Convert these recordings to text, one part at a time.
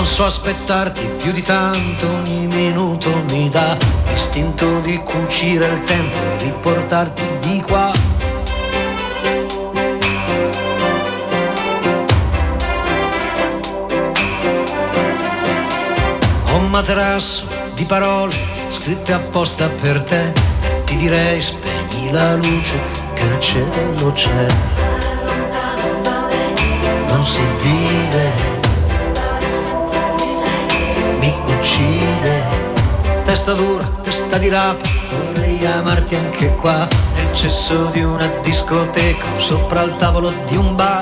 Non so aspettarti più di tanto, ogni minuto mi dà l'istinto di cucire il tempo e riportarti di qua. Ho un materasso di parole scritte apposta per te, ti direi spegni la luce che nel cielo c'è. Non si vive, mi uccide, testa dura, testa di rapa, vorrei amarti anche qua, nel cesso di una discoteca o sopra il tavolo di un bar.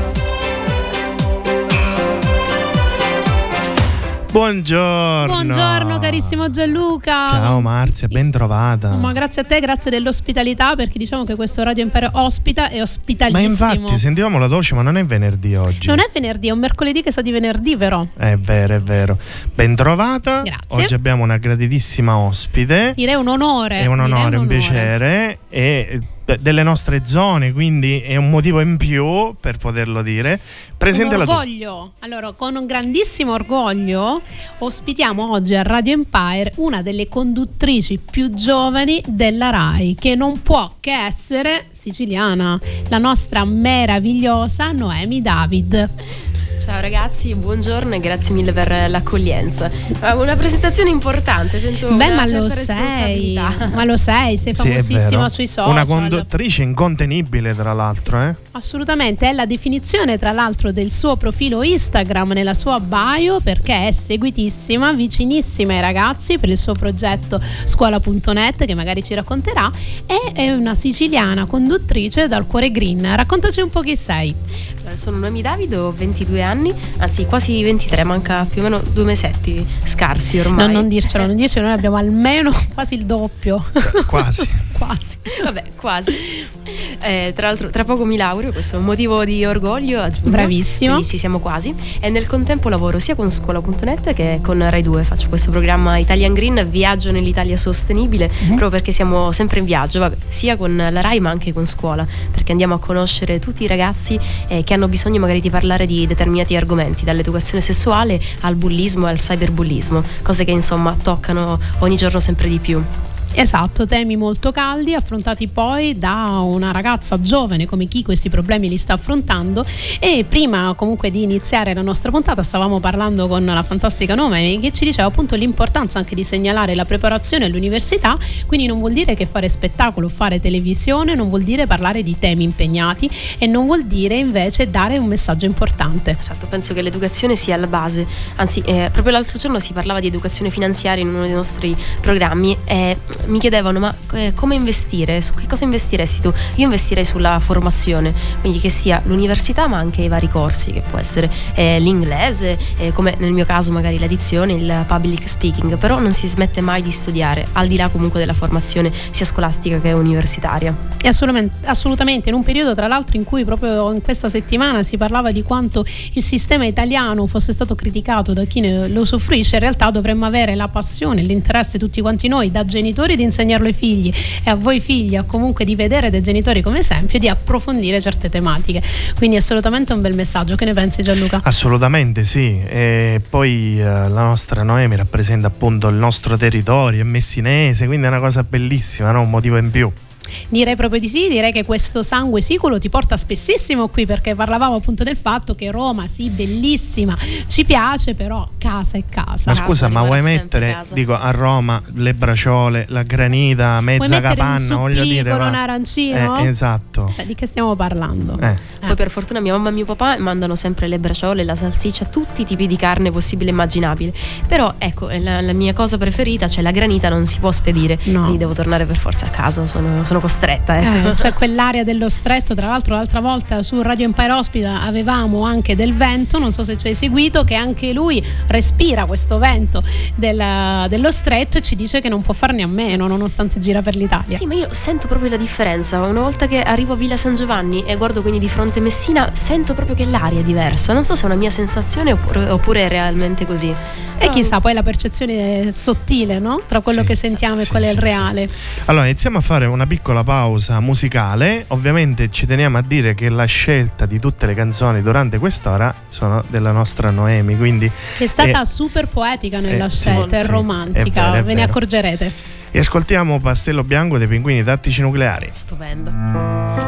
Buongiorno. Buongiorno carissimo Gianluca. Ciao Marzia, ben trovata. Ma grazie a te, grazie dell'ospitalità, perché diciamo che questo Radio Impero ospita, è ospitalissimo. Ma infatti sentivamo la voce, ma non è venerdì oggi. Non è venerdì, è un mercoledì che sa di venerdì, però. È vero, è vero. Ben trovata. Grazie. Oggi abbiamo una graditissima ospite. Direi un onore. È un onore, un piacere. E delle nostre zone, quindi è un motivo in più per poterlo dire. Presente un orgoglio. Allora, con un grandissimo orgoglio ospitiamo oggi a Radio Empire una delle conduttrici più giovani della RAI, che non può che essere siciliana, la nostra meravigliosa Noemi David. Ciao ragazzi, buongiorno e grazie mille per l'accoglienza. Una presentazione importante, sento una certa responsabilità. Ma lo sei famosissima sui social. Una conduttrice incontenibile, tra l'altro, Assolutamente, è la definizione tra l'altro del suo profilo Instagram nella sua bio, perché è seguitissima, vicinissima ai ragazzi per il suo progetto scuola.net, che magari ci racconterà, e è una siciliana conduttrice dal cuore green. Raccontaci un po' chi sei. Sono Noemi David, ho 22 anni, anzi quasi 23, manca più o meno 2 mesetti scarsi ormai. No, non dircelo, noi abbiamo almeno quasi il doppio. Quasi. Quasi. Vabbè, quasi. Tra l'altro tra poco mi laureo, questo è un motivo di orgoglio a giugno. Bravissimo. Quindi ci siamo quasi. E nel contempo lavoro sia con scuola.net che con Rai 2. Faccio questo programma Italian Green, viaggio nell'Italia sostenibile, proprio perché siamo sempre in viaggio, sia con la Rai ma anche con scuola, perché andiamo a conoscere tutti i ragazzi che hanno bisogno magari di parlare di determinati argomenti, dall'educazione sessuale al bullismo e al cyberbullismo, cose che insomma toccano ogni giorno sempre di più. Esatto, temi molto caldi, affrontati poi da una ragazza giovane come chi questi problemi li sta affrontando. E prima comunque di iniziare la nostra puntata stavamo parlando con la fantastica Noemi, che ci diceva appunto l'importanza anche di segnalare la preparazione all'università. Quindi non vuol dire che fare spettacolo, fare televisione non vuol dire parlare di temi impegnati, e non vuol dire invece dare un messaggio importante. Esatto, penso che l'educazione sia la base. Anzi, proprio l'altro giorno si parlava di educazione finanziaria in uno dei nostri programmi e mi chiedevano ma come investire, su che cosa investiresti tu? Io investirei sulla formazione, quindi che sia l'università ma anche i vari corsi, che può essere l'inglese, come nel mio caso magari la dizione, il public speaking, però non si smette mai di studiare, al di là comunque della formazione sia scolastica che universitaria. E assolutamente, in un periodo tra l'altro in cui proprio in questa settimana si parlava di quanto il sistema italiano fosse stato criticato da chi ne lo usufruisce, in realtà dovremmo avere la passione, l'interesse tutti quanti noi da genitori di insegnarlo ai figli, e a voi figli comunque di vedere dei genitori come esempio, di approfondire certe tematiche. Quindi assolutamente un bel messaggio. Che ne pensi Gianluca? Assolutamente sì. E poi la nostra Noemi rappresenta appunto il nostro territorio, è messinese, quindi è una cosa bellissima, no? Un motivo in più. Direi proprio di sì, direi che questo sangue siculo ti porta spessissimo qui, perché parlavamo appunto del fatto che Roma, sì, bellissima, ci piace, però casa è casa. Ma scusa, ma vuoi mettere, casa. Dico, a Roma le braciole, la granita, mezza capanna, voglio dire, con un arancino? Esatto. Di che stiamo parlando? Poi per fortuna mia mamma e mio papà mandano sempre le braciole, la salsiccia, tutti i tipi di carne possibile e immaginabile. Però ecco, la mia cosa preferita, cioè la granita, non si può spedire, quindi devo tornare per forza a casa, sono costretta, ecco. C'è quell'area dello stretto. Tra l'altro l'altra volta su Radio Empire Ospita avevamo anche del vento, non so se ci hai seguito, che anche lui respira questo vento dello stretto e ci dice che non può farne a meno nonostante gira per l'Italia. Sì, ma io sento proprio la differenza. Una volta che arrivo a Villa San Giovanni e guardo quindi di fronte Messina, sento proprio che l'aria è diversa. Non so se è una mia sensazione oppure è realmente così. E chissà poi la percezione sottile, no? Tra quello che sentiamo e quello è il reale. Allora iniziamo a fare una piccola pausa musicale. Ovviamente ci teniamo a dire che la scelta di tutte le canzoni durante quest'ora sono della nostra Noemi, quindi è stata super poetica nella scelta, è romantica, è ve ne accorgerete. E ascoltiamo Pastello Bianco dei Pinguini Tattici Nucleari. Stupendo.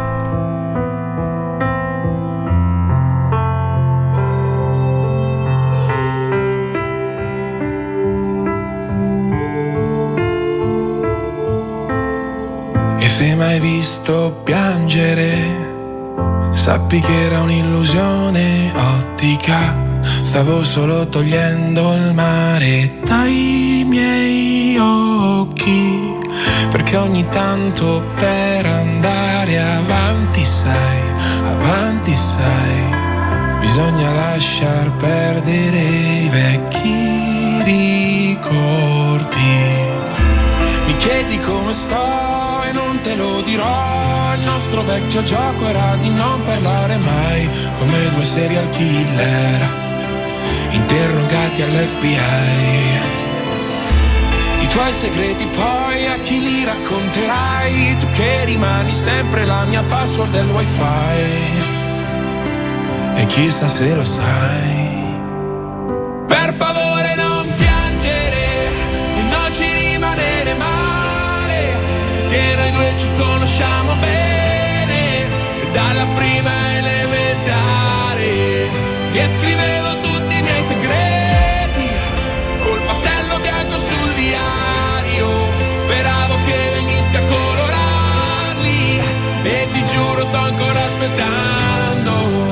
E se mai visto piangere, sappi che era un'illusione ottica. Stavo solo togliendo il mare dai miei occhi, perché ogni tanto per andare avanti sai, bisogna lasciar perdere i vecchi ricordi. Mi chiedi come sto e non te lo dirò. Il nostro vecchio gioco era di non parlare mai, come due serial killer interrogati all'FBI. I tuoi segreti poi a chi li racconterai? Tu che rimani sempre la mia password del wifi, e chissà se lo sai. Per favore non piangere e non ci rimanere male, che noi due ci conosciamo bene dalla prima elementare. E scrivevo tutti i miei segreti col pastello bianco sul diario, speravo che venissi a colorarli e ti giuro sto ancora aspettando.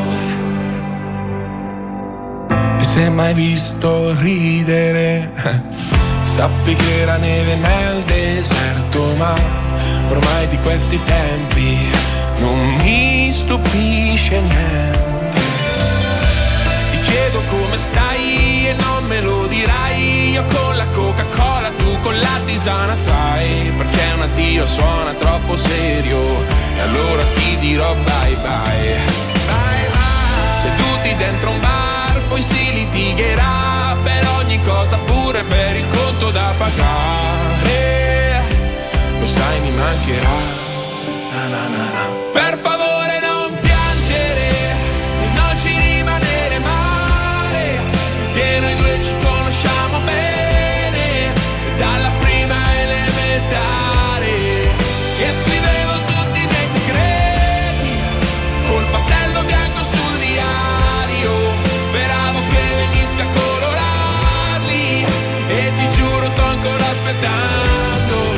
E se mai visto ridere, sappi che era neve nel deserto, ma ormai di questi tempi non mi stupisce niente. Ti chiedo come stai e non me lo dirai, io con la Coca-Cola, tu con la tisana trai, perché un addio suona troppo serio e allora ti dirò bye bye. Bye bye. Seduti dentro un bar poi si litigherà per ogni cosa, pure per il conto da pagare. Lo sai mi mancherà, na na na na. Per favore non piangere e non ci rimanere male, che noi due ci conosciamo bene dalla prima elementare. E scrivevo tutti i miei segreti col pastello bianco sul diario, speravo che venissi a colorarli e ti giuro sto ancora aspettando.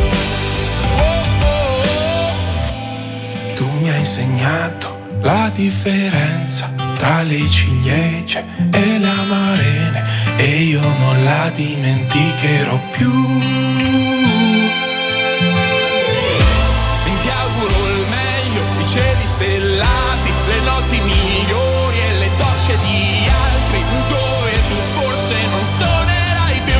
Tu mi hai insegnato la differenza tra le ciliegie e le amarene e io non la dimenticherò più. E ti auguro il meglio, i cieli stellati, le notti migliori e le docce di altri, dove tu forse non stonerai più.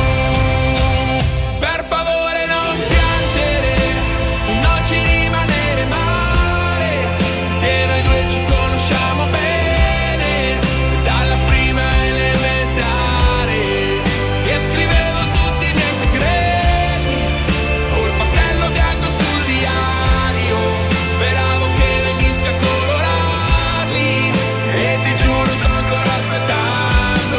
Per favore non piangere, non ci rimanere male, che noi due ci conosciamo bene dalla prima elementare. E scrivevo tutti i miei segreti col pastello bianco sul diario, speravo che venissi a colorarli e ti giuro sto ancora aspettando.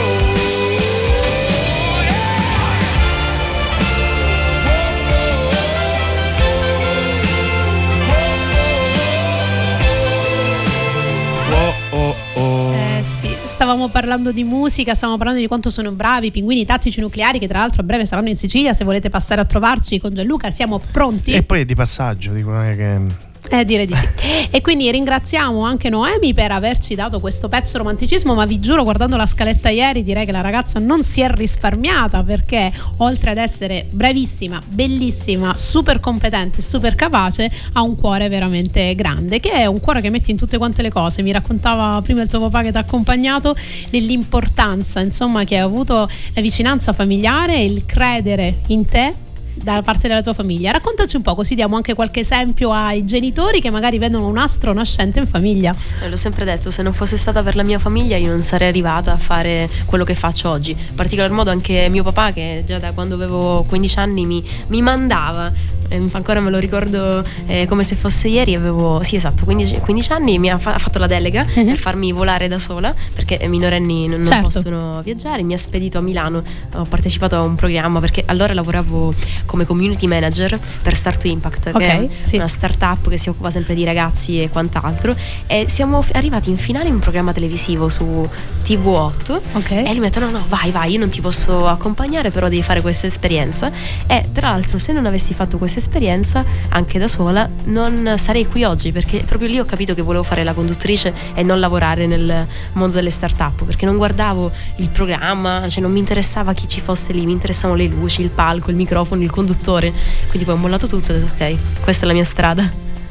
Sì, stavamo parlando di musica, stavamo parlando di quanto sono bravi i Pinguini Tattici Nucleari, che tra l'altro a breve saranno in Sicilia. Se volete passare a trovarci con Gianluca siamo pronti. E poi è di passaggio, dico che... Direi di sì. E quindi ringraziamo anche Noemi per averci dato questo pezzo romanticismo, ma vi giuro, guardando la scaletta ieri, direi che la ragazza non si è risparmiata, perché oltre ad essere bravissima, bellissima, super competente, super capace, ha un cuore veramente grande, che è un cuore che metti in tutte quante le cose. Mi raccontava prima il tuo papà che ti ha accompagnato dell'importanza, insomma, che ha avuto la vicinanza familiare, il credere in te da parte della tua famiglia. Raccontaci un po', così diamo anche qualche esempio ai genitori che magari vedono un astro nascente in famiglia. L'ho sempre detto, se non fosse stata per la mia famiglia io non sarei arrivata a fare quello che faccio oggi. In particolar modo anche mio papà, che già da quando avevo 15 anni mi mandava, ancora me lo ricordo come se fosse ieri, avevo 15 anni, mi ha fatto la delega per farmi volare da sola, perché i minorenni non Certo. possono viaggiare. Mi ha spedito a Milano, ho partecipato a un programma perché allora lavoravo come community manager per Start to Impact, che è una startup che si occupa sempre di ragazzi e quant'altro, e siamo arrivati in finale in un programma televisivo su TV8. E lui mi ha detto no vai, io non ti posso accompagnare, però devi fare questa esperienza. E tra l'altro, se non avessi fatto questa esperienza anche da sola, non sarei qui oggi, perché proprio lì ho capito che volevo fare la conduttrice e non lavorare nel mondo delle start-up, perché non guardavo il programma, cioè non mi interessava chi ci fosse lì, mi interessavano le luci, il palco, il microfono, il conduttore. Quindi poi ho mollato tutto e ho detto ok, questa è la mia strada.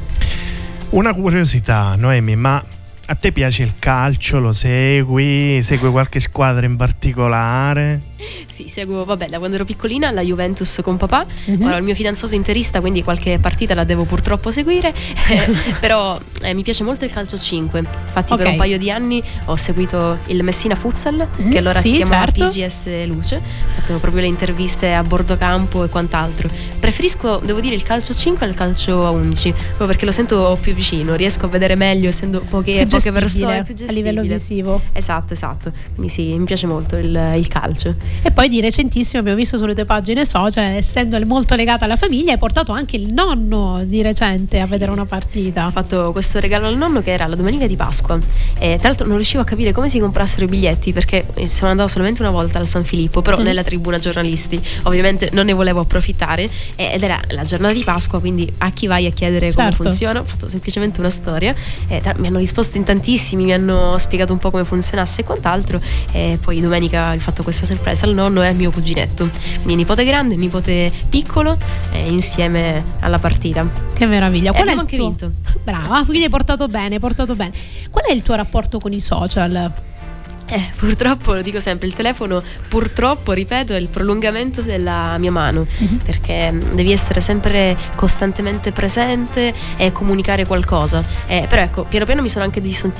Una curiosità, Noemi, ma a te piace il calcio? Lo segui? Segui qualche squadra in particolare? Sì, seguo, vabbè, da quando ero piccolina la Juventus con papà. Ora il mio fidanzato è interista, quindi qualche partita la devo purtroppo seguire. Però mi piace molto il calcio 5. Infatti per un paio di anni ho seguito il Messina Futsal, che allora si chiamava PGS Luce. Ho fatto proprio le interviste a bordo campo e quant'altro. Preferisco, devo dire, il calcio 5 al calcio a 11, proprio perché lo sento più vicino, riesco a vedere meglio, essendo poche persone, più gestibile a livello visivo. Esatto. Quindi sì, mi piace molto il calcio. E poi di recentissimo abbiamo visto sulle tue pagine social, essendo molto legata alla famiglia, hai portato anche il nonno di recente a vedere una partita. Ho fatto questo regalo al nonno che era la domenica di Pasqua, e tra l'altro non riuscivo a capire come si comprassero i biglietti, perché sono andato solamente una volta al San Filippo, però nella tribuna giornalisti, ovviamente non ne volevo approfittare, ed era la giornata di Pasqua, quindi a chi vai a chiedere come funziona? Ho fatto semplicemente una storia, mi hanno risposto in tantissimi, mi hanno spiegato un po' come funzionasse e quant'altro, e poi domenica ho fatto questa sorpresa al nonno e al mio cuginetto, quindi nipote grande, nipote piccolo, insieme alla partita. Che meraviglia. Qual è il anche tuo... vinto. Brava, quindi hai portato bene. Qual è il tuo rapporto con i social? Purtroppo, lo dico sempre, il telefono, purtroppo, ripeto, è il prolungamento della mia mano, perché devi essere sempre costantemente presente e comunicare qualcosa, però ecco, piano piano mi sono anche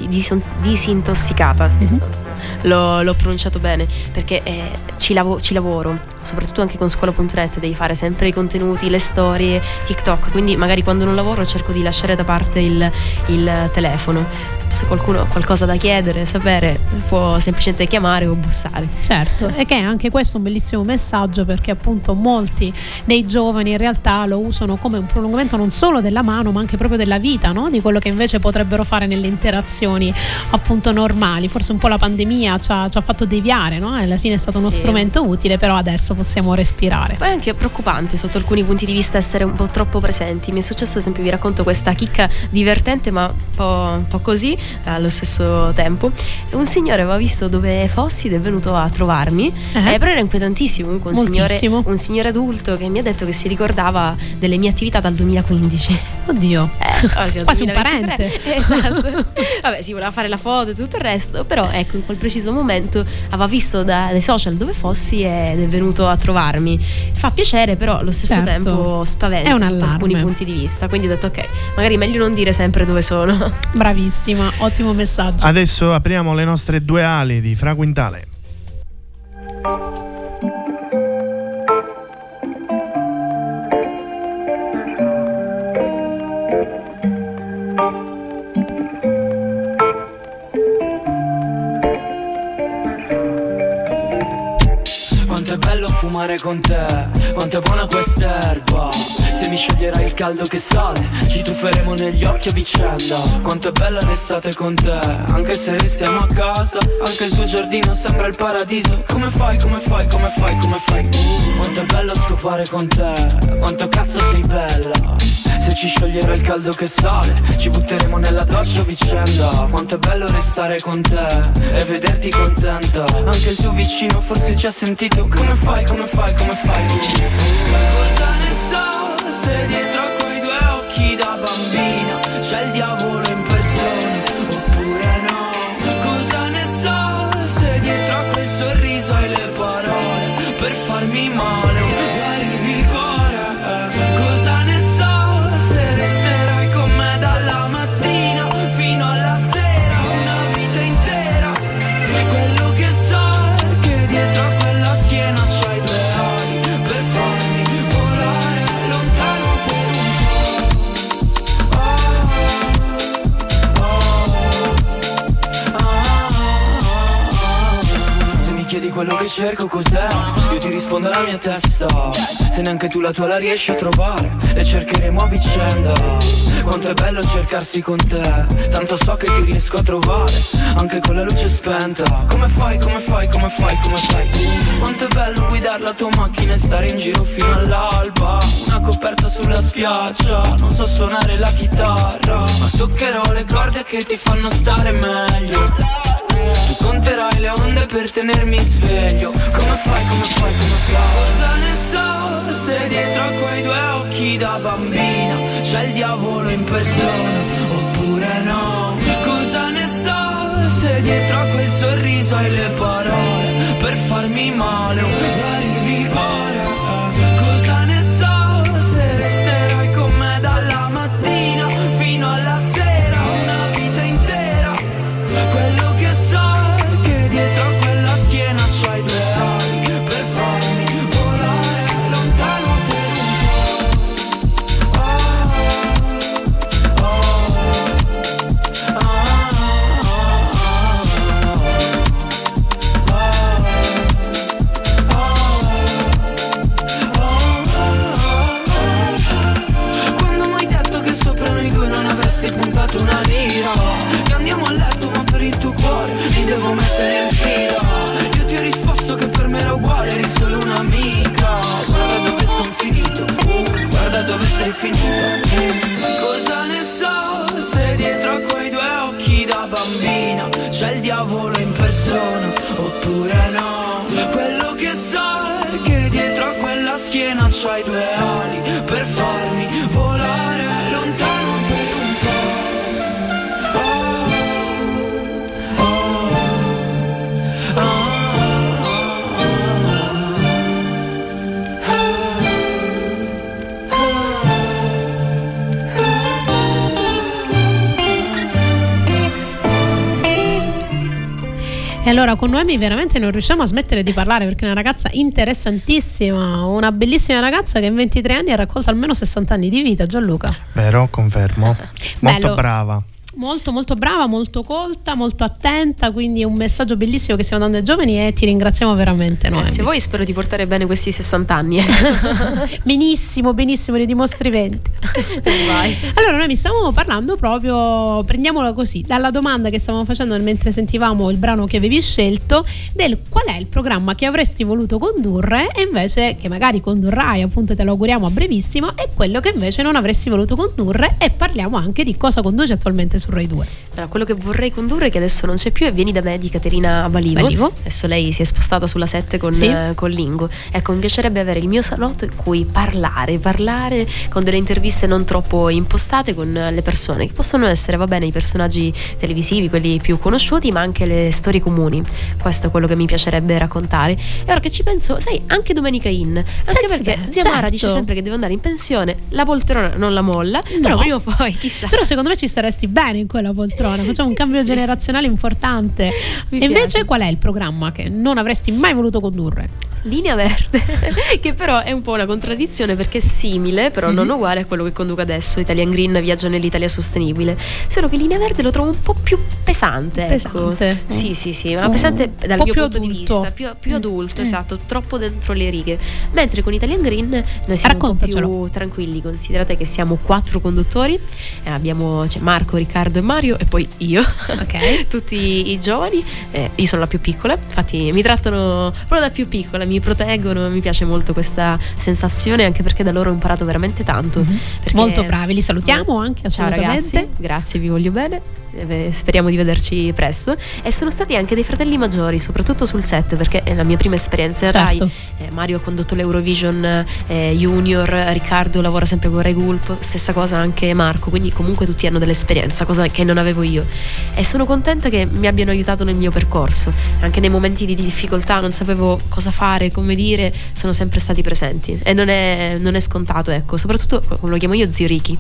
disintossicata. L'ho pronunciato bene, perché ci lavoro, soprattutto anche con scuola.net, devi fare sempre i contenuti, le storie, TikTok, quindi magari quando non lavoro cerco di lasciare da parte il telefono. Se qualcuno ha qualcosa da chiedere, sapere, può semplicemente chiamare o bussare. Certo, e che è anche questo un bellissimo messaggio, perché appunto molti dei giovani in realtà lo usano come un prolungamento non solo della mano, ma anche proprio della vita, no? Di quello che invece potrebbero fare nelle interazioni appunto normali. Forse un po' la pandemia ci ha fatto deviare, no? Alla fine è stato uno strumento utile, però adesso possiamo respirare. Poi è anche preoccupante sotto alcuni punti di vista essere un po' troppo presenti. Mi è successo, ad esempio, vi racconto questa chicca divertente ma un po' così allo stesso tempo. Un signore aveva visto dove fossi ed è venuto a trovarmi, però era inquietantissimo. Comunque un signore adulto che mi ha detto che si ricordava delle mie attività dal 2015. Oddio, quasi un parente. Esatto. Vabbè, si voleva fare la foto e tutto il resto, però ecco, in quel preciso momento aveva visto dai social dove fossi ed è venuto a trovarmi. Fa piacere, però allo stesso tempo spaventa sotto alcuni punti di vista, quindi ho detto ok, magari meglio non dire sempre dove sono. Bravissima, ottimo messaggio. Adesso apriamo le nostre due ali di Fra Quintale. Quanto è bello fumare con te, quanto è buona quest'erba. Se mi scioglierai il caldo che sale, ci tufferemo negli occhi a vicenda. Quanto è bella l'estate con te, anche se restiamo a casa. Anche il tuo giardino sembra il paradiso. Come fai, come fai, come fai, come fai? Quanto è bello scopare con te, quanto cazzo sei bella. Se ci scioglierà il caldo che sale, ci butteremo nella doccia a vicenda. Quanto è bello restare con te e vederti contenta. Anche il tuo vicino forse ci ha sentito. Come fai, come fai, come fai? Cosa ne so se dietro a quei due occhi da bambina c'è il diavolo in persona, oppure no? Cosa ne so se dietro a quel sorriso hai le parole per farmi male? Guarimi il cuore. chiedi quello che cerco cos'è, io ti rispondo alla mia testa. Se neanche tu la tua la riesci a trovare, le cercheremo a vicenda. Quanto è bello cercarsi con te, tanto so che ti riesco a trovare, anche con la luce spenta. Come fai, come fai, come fai, come fai? Quanto è bello guidare la tua macchina e stare in giro fino all'alba. Una coperta sulla spiaggia, non so suonare la chitarra, ma toccherò le corde che ti fanno stare meglio. Tu conterai le onde per tenermi sveglio. Come fai, come fai, come fai? Cosa ne so se dietro a quei due occhi da bambina c'è il diavolo in persona, oppure no? Cosa ne so se dietro a quel sorriso hai le parole per farmi male o guarirmi il cuore? Cosa ne so se resterai con me dalla mattina fino alla sera, una vita intera? Quello che so è che dietro a quella schiena c'hai due ali per farmi volare lontano per un po'. Quando mi hai detto che sopra noi due non avresti puntato una lira, che andiamo a letto ma per il tuo cuore mi devo mettere il filo. Io ti ho risposto che per me era uguale, eri solo un'amica. Guarda dove son finito, guarda dove sei finita. Cosa ne so se dietro a quei due occhi da bambina c'è il diavolo in persona, oppure no? Quello che so è che dietro a quella schiena c'hai due ali per farmi volare lontano per un po'. E allora con Noemi veramente non riusciamo a smettere di parlare, perché è una ragazza interessantissima, una bellissima ragazza che in 23 anni ha raccolto almeno 60 anni di vita. Gianluca. Vero, confermo. Molto Bello. brava. Molto molto brava, molto colta, molto attenta, quindi è un messaggio bellissimo che stiamo dando ai giovani e ti ringraziamo veramente. Grazie a voi, spero di portare bene questi 60 anni. Benissimo, benissimo, ne dimostri 20. Vai. Allora noi mi stavamo parlando proprio, prendiamola così, dalla domanda che stavamo facendo mentre sentivamo il brano che avevi scelto, del qual è il programma che avresti voluto condurre e invece che magari condurrai, appunto te lo auguriamo a brevissimo, e quello che invece non avresti voluto condurre, e parliamo anche di cosa conduci attualmente su Rai 2. Allora, quello che vorrei condurre, che adesso non c'è più, è Vieni da me di Caterina Balivo. Adesso lei si è spostata sulla 7 con Lingo. Ecco, mi piacerebbe avere il mio salotto in cui parlare con delle interviste non troppo impostate con le persone, che possono essere, va bene, i personaggi televisivi, quelli più conosciuti, ma anche le storie comuni. Questo è quello che mi piacerebbe raccontare. E ora che ci penso, sai, anche Domenica In, anche perché zia Mara dice sempre che deve andare in pensione, la poltrona non la molla, però prima o poi chissà. Però secondo me ci staresti bene in quella poltrona, facciamo un cambio generazionale importante. E invece qual è il programma che non avresti mai voluto condurre? Linea Verde, che però è un po' una contraddizione, perché è simile, però non uguale a quello che conduco adesso, Italian Green, Viaggio nell'Italia sostenibile. Solo che Linea Verde lo trovo un po' più pesante. Pesante. Sì, ma pesante dal mio punto di vista, più adulto, esatto, troppo dentro le righe. Mentre con Italian Green noi siamo un po' più tranquilli. Considerate che siamo 4 conduttori, c'è Marco, Riccardo e Mario, e poi io. Ok. Tutti i giovani, io sono la più piccola, infatti mi trattano proprio da più piccola, mi proteggono, mi piace molto questa sensazione, anche perché da loro ho imparato veramente tanto. Molto bravi, li salutiamo anche assolutamente. Ciao ragazzi, grazie, vi voglio bene. Speriamo di vederci presto. E sono stati anche dei fratelli maggiori, soprattutto sul set, perché è la mia prima esperienza in Rai. Mario ha condotto l'Eurovision Junior, Riccardo lavora sempre con Rai Gulp, stessa cosa anche Marco, quindi comunque tutti hanno dell'esperienza, cosa che non avevo io, e sono contenta che mi abbiano aiutato nel mio percorso. Anche nei momenti di difficoltà, non sapevo cosa fare, come dire, sono sempre stati presenti, e non è scontato, ecco. Soprattutto, come lo chiamo io, zio Ricky,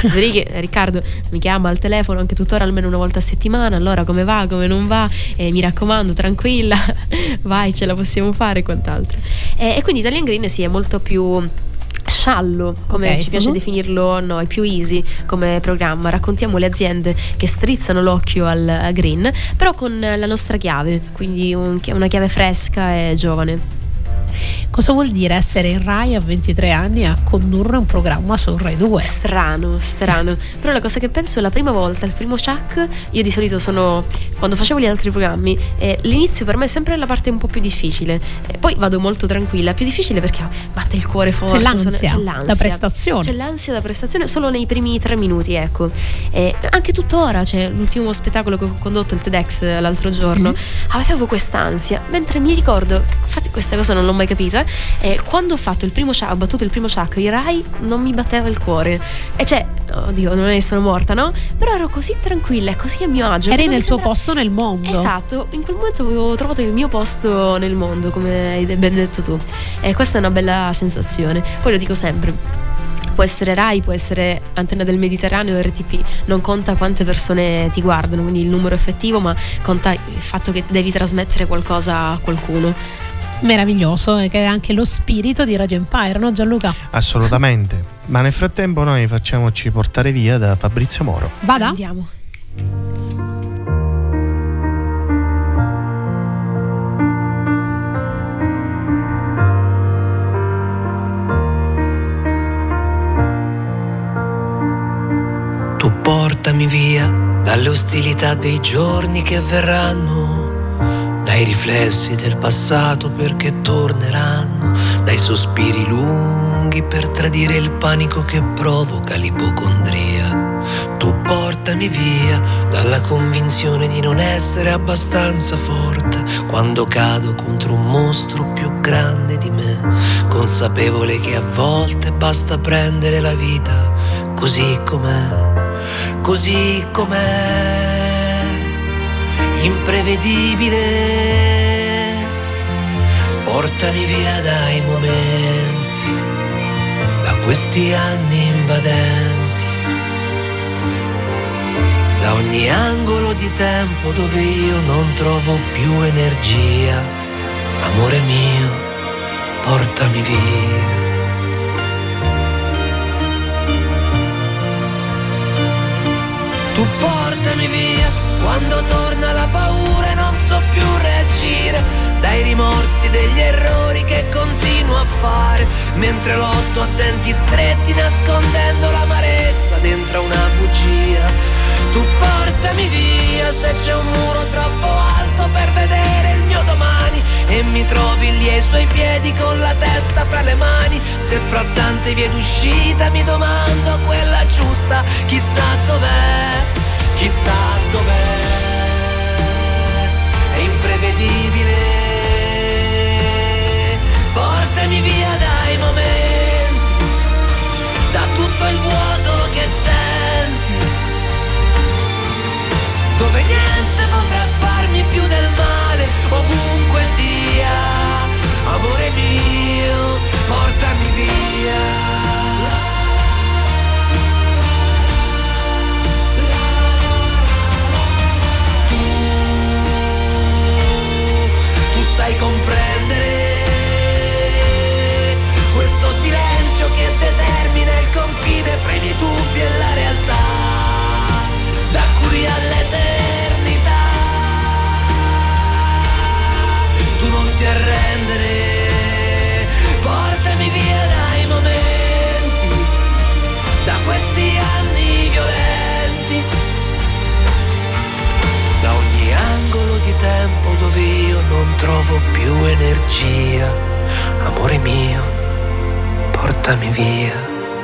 Riccardo mi chiama al telefono anche tuttora almeno una volta a settimana. Allora, come va, come non va, mi raccomando, tranquilla, vai, ce la possiamo fare e quant'altro. E quindi Italian Green è molto più sciallo, come ci piace definirlo a noi, più easy come programma. Raccontiamo le aziende che strizzano l'occhio al green, però con la nostra chiave, quindi una chiave fresca e giovane. Cosa vuol dire essere in Rai a 23 anni a condurre un programma su Rai 2? Strano. Però la cosa che penso è la prima volta, il primo Chuck, io di solito quando facevo gli altri programmi, l'inizio per me è sempre la parte un po' più difficile, poi vado molto tranquilla. Più difficile perché batte il cuore forte, c'è l'ansia da prestazione. C'è l'ansia da prestazione solo nei primi 3 minuti, ecco. Anche tuttora, l'ultimo spettacolo che ho condotto, il TEDx, l'altro giorno, avevo quest'ansia, mentre mi ricordo, infatti questa cosa non l'ho mai capita, quando ho battuto il primo Chuck in Rai non mi batteva il cuore, e oddio, non è che sono morta, no? Però ero così tranquilla e così a mio agio. Eri nel tuo posto nel mondo. Esatto, in quel momento avevo trovato il mio posto nel mondo, come hai ben detto tu, e questa è una bella sensazione. Poi lo dico sempre, può essere Rai, può essere Antenna del Mediterraneo, RTP, non conta quante persone ti guardano, quindi il numero effettivo, ma conta il fatto che devi trasmettere qualcosa a qualcuno. Meraviglioso, che è anche lo spirito di Radio Empire, no Gianluca? Assolutamente. Ma nel frattempo noi facciamoci portare via da Fabrizio Moro. Vada? Andiamo. Tu portami via dalle ostilità dei giorni che verranno, dai riflessi del passato perché torneranno, dai sospiri lunghi per tradire il panico che provoca l'ipocondria. Tu portami via dalla convinzione di non essere abbastanza forte quando cado contro un mostro più grande di me, consapevole che a volte basta prendere la vita così com'è, imprevedibile. Portami via dai momenti, da questi anni invadenti, da ogni angolo di tempo dove io non trovo più energia. Amore mio, portami via. Tu portami via quando torna la paura e non so più reagire, dai rimorsi degli errori che continuo a fare, mentre lotto a denti stretti nascondendo l'amarezza dentro una bugia. Tu portami via se c'è un muro troppo alto per vedere il mio domani e mi trovi lì ai suoi piedi con la testa fra le mani. Se fra tante vie d'uscita mi domando quella giusta, chissà dov'è, chissà dov'è. È imprevedibile. Portami via dai momenti, da tutto il vuoto che senti, dove niente potrà farmi più del male, ovunque sia. Amore mio, portami via. Tu sai comprendere questo silenzio che determina il confine fra i miei dubbi e la realtà, da qui all'eternità. Tu non ti arrendere, portami via dai momenti, da questi anni violenti, da ogni angolo di tempo dove io non trovo più energia. Amore mio, portami via.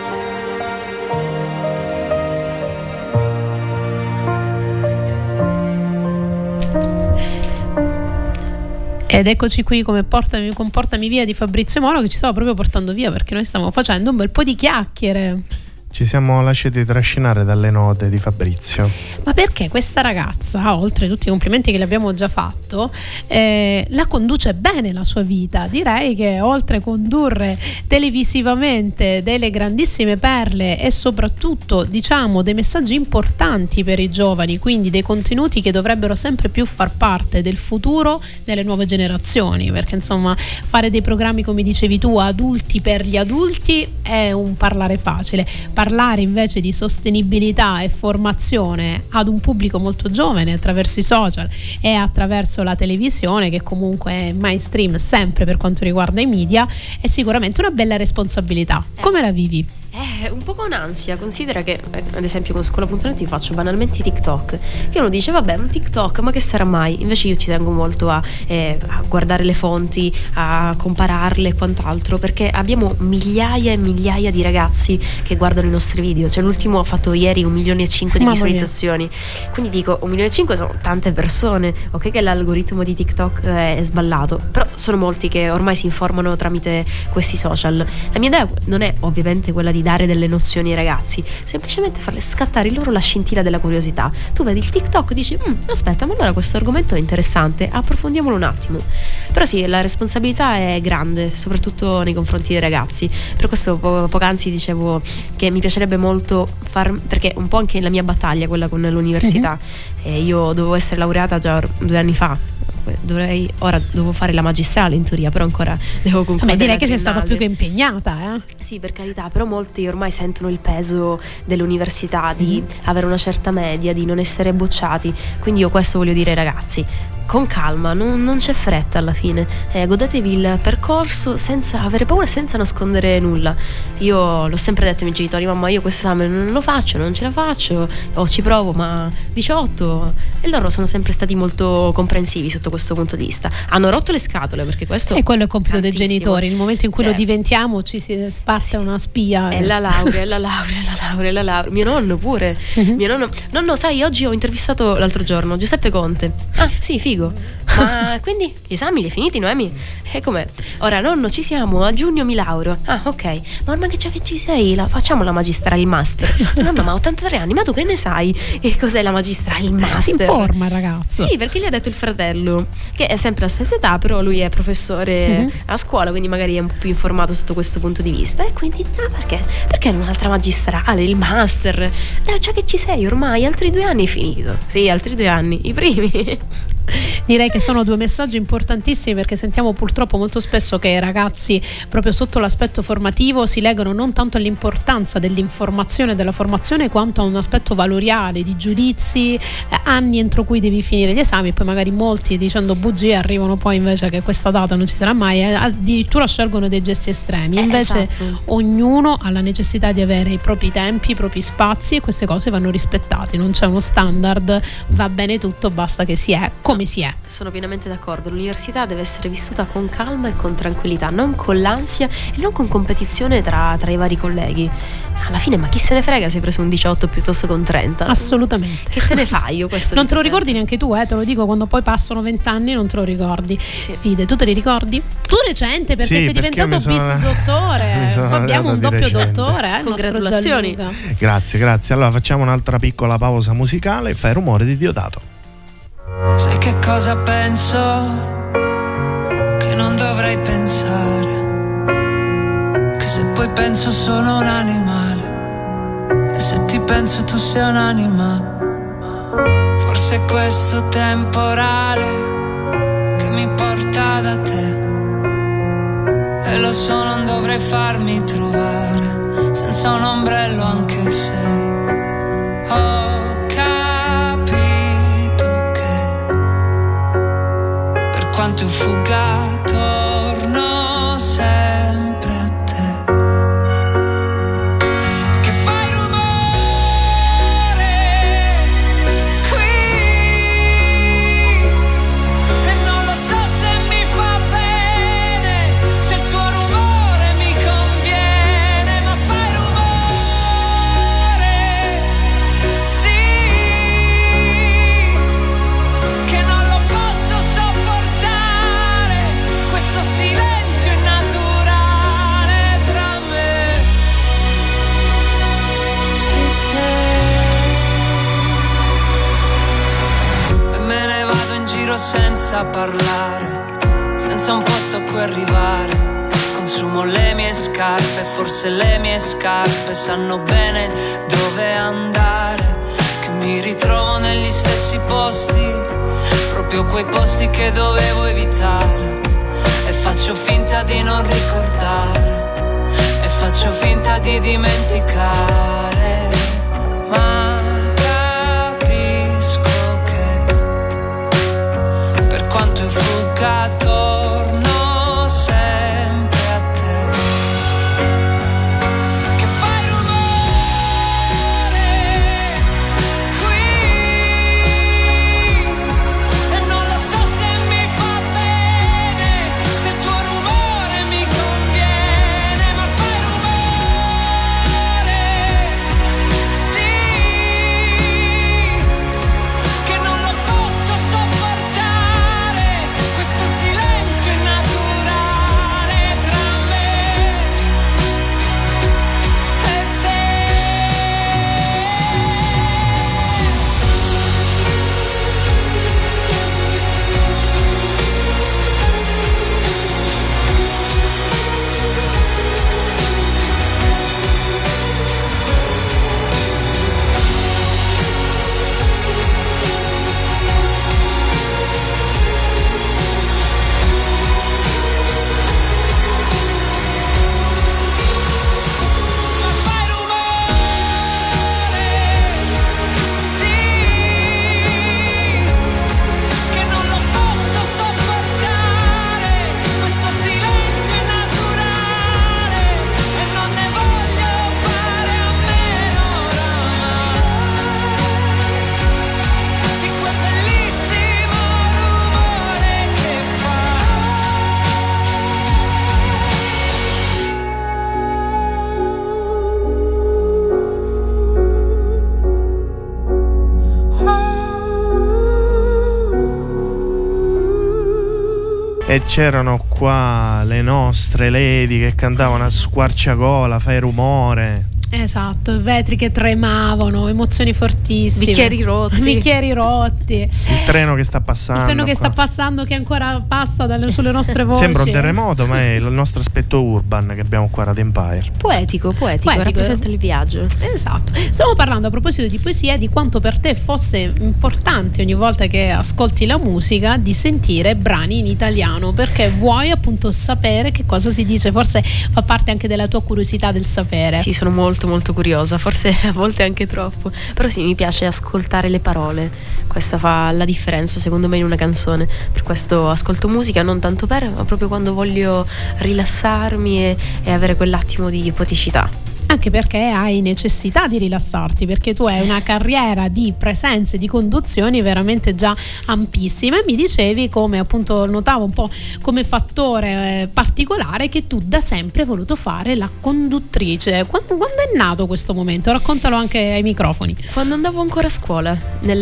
Ed eccoci qui come Portami via di Fabrizio Moro, che ci stava proprio portando via perché noi stavamo facendo un bel po' di chiacchiere. Ci siamo lasciati trascinare dalle note di Fabrizio. Ma perché questa ragazza, oltre tutti i complimenti che le abbiamo già fatto, la conduce bene la sua vita. Direi che oltre a condurre televisivamente delle grandissime perle e soprattutto, diciamo, dei messaggi importanti per i giovani, quindi dei contenuti che dovrebbero sempre più far parte del futuro delle nuove generazioni, perché insomma fare dei programmi, come dicevi tu, adulti per gli adulti è un parlare facile. Parlare invece di sostenibilità e formazione ad un pubblico molto giovane attraverso i social e attraverso la televisione, che comunque è mainstream sempre per quanto riguarda i media, è sicuramente una bella responsabilità. Come la vivi? Un po' con ansia. Considera che ad esempio con Scuola.net faccio banalmente i TikTok, che uno dice vabbè, un TikTok, ma che sarà mai? Invece io ci tengo molto a guardare le fonti, a compararle e quant'altro, perché abbiamo migliaia e migliaia di ragazzi che guardano i nostri video. Cioè l'ultimo ha fatto ieri 1,5 milioni di visualizzazioni. Quindi dico 1,5 milioni sono tante persone. Ok che l'algoritmo di TikTok è sballato, però sono molti che ormai si informano tramite questi social. La mia idea non è ovviamente quella di dare delle nozioni ai ragazzi, semplicemente farle scattare in loro la scintilla della curiosità. Tu vedi il TikTok, dici aspetta, ma allora questo argomento è interessante, approfondiamolo un attimo. Però sì, la responsabilità è grande, soprattutto nei confronti dei ragazzi. Per questo poc'anzi dicevo che mi piacerebbe molto perché un po' anche la mia battaglia, quella con l'università. Io dovevo essere laureata già 2 anni fa. Devo fare la magistrale in teoria, però ancora devo concludere. Ma direi che sei stata più che impegnata, Sì, per carità, però molti ormai sentono il peso dell'università, di avere una certa media, di non essere bocciati. Quindi io questo voglio dire ai ragazzi: con calma, non c'è fretta alla fine, godetevi il percorso senza avere paura, senza nascondere nulla. Io l'ho sempre detto ai miei genitori: mamma, io questo esame non lo faccio, non ce la faccio, o ci provo, ma 18. E loro sono sempre stati molto comprensivi sotto questo punto di vista. Hanno rotto le scatole, perché questo e quello è il compito dei genitori. Nel momento in cui lo Certo. diventiamo ci si passa una spia. È la laurea. Mio nonno pure. Mio nonno, sai, oggi ho intervistato l'altro giorno Giuseppe Conte. Ah sì, figo. Ma quindi gli esami li hai finiti, Noemi? E com'è? Ora nonno, ci siamo, a giugno mi laureo. Ah, ok. Ma ormai che ci sei, facciamo la magistrale, il master. Nonno, ma ho 83 anni, ma tu che ne sai? E cos'è la magistrale, il master? Si informa il ragazzo. Sì, perché gli ha detto il fratello, che è sempre la stessa età, però lui è professore a scuola, quindi magari è un po' più informato sotto questo punto di vista. E quindi, perché? Perché un'altra magistrale, il master? Già che ci sei ormai, altri 2 anni è finito. Sì, altri 2 anni, i primi. Direi che sono 2 messaggi importantissimi, perché sentiamo purtroppo molto spesso che i ragazzi, proprio sotto l'aspetto formativo, si legano non tanto all'importanza dell'informazione e della formazione, quanto a un aspetto valoriale di giudizi, anni entro cui devi finire gli esami, e poi magari molti, dicendo bugie, arrivano poi invece che questa data non ci sarà mai, addirittura scelgono dei gesti estremi. Invece esatto. Ognuno ha la necessità di avere i propri tempi, i propri spazi, e queste cose vanno rispettate. Non c'è uno standard, va bene tutto, basta che si è come si è. Sono pienamente d'accordo. L'università deve essere vissuta con calma e con tranquillità, non con l'ansia e non con competizione tra i vari colleghi. Alla fine, ma chi se ne frega se hai preso un 18 piuttosto che un 30? Assolutamente. Che te ne fai? Io questo non te lo sempre. ricordi neanche tu, te lo dico, quando poi passano 20 anni non te lo ricordi. Sì. Fide, tu te li ricordi? Tu recente, perché Sì, sei perché diventato bis dottore. Abbiamo un doppio dottore, Congratulazioni. Grazie. Allora facciamo un'altra piccola pausa musicale. Fai rumore di Diodato. Sai che cosa penso? Che non dovrei pensare. Che se poi penso sono un animale. E se ti penso tu sei un'anima. Forse è questo temporale che mi porta da te. E lo so, non dovrei farmi trovare senza un ombrello, anche se ho capito che per quanto io fugga torno sempre a te. Che fai rumore qui e non lo so se mi fa bene, se il tuo rumore mi conviene, ma fai rumore, sì, che non lo posso sopportare, senza un posto a cui arrivare. Consumo le mie scarpe, forse le mie scarpe sanno bene dove andare. Che mi ritrovo negli stessi posti, proprio quei posti che dovevo evitare. E faccio finta di non ricordare, e faccio finta di dimenticare. Ma capisco che per quanto io fugga torno sempre a te. Che fai rumore qui e non lo so se mi fa bene, se il tuo rumore mi conviene, ma fai rumore, sì, che non lo posso sopportare, questo silenzio innaturale tra me e te. Ma fai rumore, sì, che non lo posso sopportare, questo silenzio innaturale, e non ne voglio fare a meno oramai, di quel bellissimo rumore che E c'erano qua le nostre lady che cantavano a squarciagola, fai rumore. Esatto, vetri che tremavano, emozioni fortissime. Bicchieri rotti. Bicchieri rotti. Il treno che sta passando. Il treno che qua. sta passando, che ancora passa sulle nostre voci. Sembra un terremoto, ma è il nostro aspetto urban che abbiamo qua a Radio Empire. Poetico, rappresenta il viaggio. Esatto. Stiamo parlando a proposito di poesia di quanto per te fosse importante ogni volta che ascolti la musica di sentire brani in italiano, perché vuoi appunto sapere che cosa si dice, forse fa parte anche della tua curiosità del sapere. Sì, sono molto curiosa, forse a volte anche troppo, però sì, mi piace ascoltare le parole, questa fa la differenza secondo me in una canzone, per questo ascolto musica non tanto ma proprio quando voglio rilassarmi e avere quell'attimo di poeticità. Anche perché hai necessità di rilassarti, perché tu hai una carriera di presenze, di conduzioni veramente già ampissima, e mi dicevi, come appunto notavo un po' come fattore particolare, che tu da sempre hai voluto fare la conduttrice. Quando è nato questo momento? Raccontalo anche ai microfoni. Quando andavo ancora a scuola,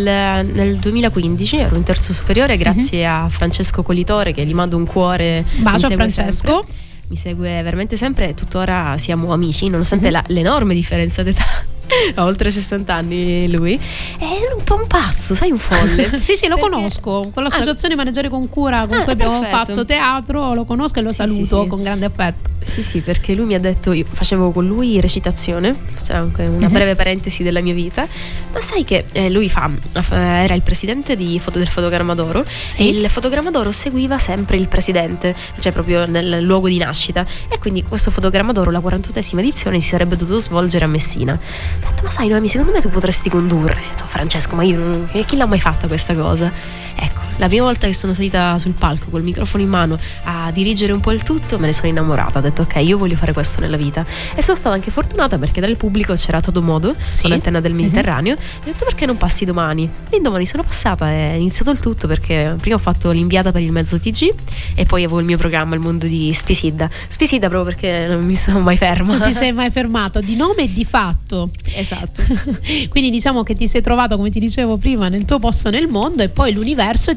nel 2015, ero in terzo superiore, grazie a Francesco Colitore, che gli mando un cuore. Bacio a Francesco. Sempre. Mi segue veramente sempre e tuttora siamo amici, nonostante l'enorme differenza d'età. Ha oltre 60 anni lui. È un po' un pazzo, sai, un folle. Sì, lo conosco. Con l'associazione Maneggiare con Cura con cui abbiamo fatto teatro, lo conosco e lo saluto con grande affetto. Sì, perché lui mi ha detto, io facevo con lui recitazione, anche una breve parentesi della mia vita, ma sai che lui era il presidente del Fotogramma d'Oro, e il Fotogramma d'Oro seguiva sempre il presidente, cioè proprio nel luogo di nascita, e quindi questo Fotogramma d'Oro, la 48esima edizione, si sarebbe dovuto svolgere a Messina. Ho detto, ma sai Noemi, secondo me tu potresti condurre. Ho detto, Francesco, ma io chi l'ha mai fatta questa cosa? Ecco, la prima volta che sono salita sul palco col microfono in mano a dirigere un po' il tutto, me ne sono innamorata. Ho detto, ok, io voglio fare questo nella vita. E sono stata anche fortunata perché dal pubblico c'era Todo Modo, con l'antenna del Mediterraneo, e ho detto, perché non passi domani? L'indomani sono passata e è iniziato il tutto, perché prima ho fatto l'inviata per il mezzo TG e poi avevo il mio programma, Il Mondo di Spisidda proprio perché non mi sono mai ferma. Non ti sei mai fermato, di nome e di fatto. Esatto. Quindi diciamo che ti sei trovato, come ti dicevo prima, nel tuo posto nel mondo, e poi l'universo ti ha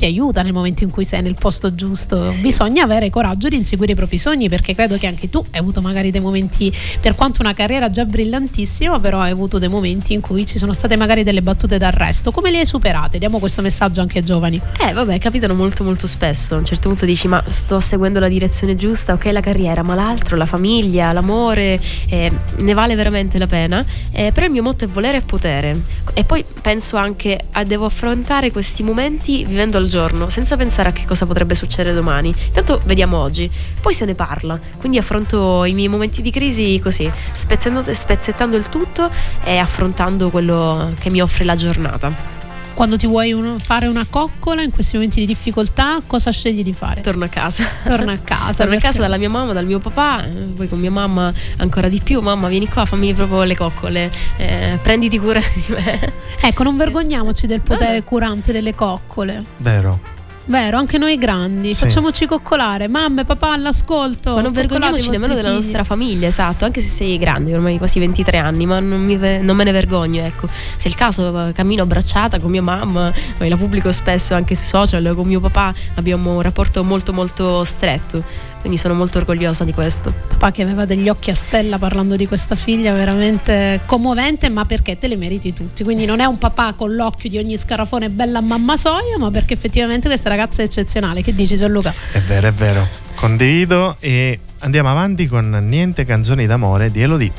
aiuta nel momento in cui sei nel posto giusto. Bisogna avere coraggio di inseguire i propri sogni, perché credo che anche tu hai avuto magari dei momenti, per quanto una carriera già brillantissima, però hai avuto dei momenti in cui ci sono state magari delle battute d'arresto. Come le hai superate? Diamo questo messaggio anche ai giovani. Vabbè, capitano molto molto spesso. A un certo punto dici: ma sto seguendo la direzione giusta, ok, la carriera, ma l'altro, la famiglia, l'amore, ne vale veramente la pena? Però il mio motto è volere e potere. E poi penso anche devo affrontare questi momenti vivendo al giorno, senza pensare a che cosa potrebbe succedere domani. Intanto vediamo oggi, poi se ne parla. Quindi affronto i miei momenti di crisi così, spezzettando il tutto e affrontando quello che mi offre la giornata. Quando ti vuoi fare una coccola in questi momenti di difficoltà, cosa scegli di fare? Torno a casa. Torno a casa. Torno a casa dalla mia mamma, dal mio papà, poi con mia mamma ancora di più. Mamma, vieni qua, fammi proprio le coccole, prenditi cura di me. Ecco, non vergogniamoci del potere curante delle coccole. Vero, anche noi grandi, sì. Facciamoci coccolare, mamma e papà all'ascolto. Ma non vergogniamoci nemmeno della nostra famiglia, esatto, anche se sei grande, ormai quasi 23 anni, ma non me ne vergogno, ecco. Se è il caso cammino abbracciata con mia mamma, poi la pubblico spesso anche sui social, con mio papà abbiamo un rapporto molto molto stretto, quindi sono molto orgogliosa di questo. Papà che aveva degli occhi a stella parlando di questa figlia, veramente commovente, ma perché te le meriti tutti, quindi non è un papà con l'occhio di ogni scarafone bella mamma soia, ma perché effettivamente questa ragazza è eccezionale. Che dici, Gianluca? È vero, condivido. E andiamo avanti con Niente canzoni d'amore di Elodie.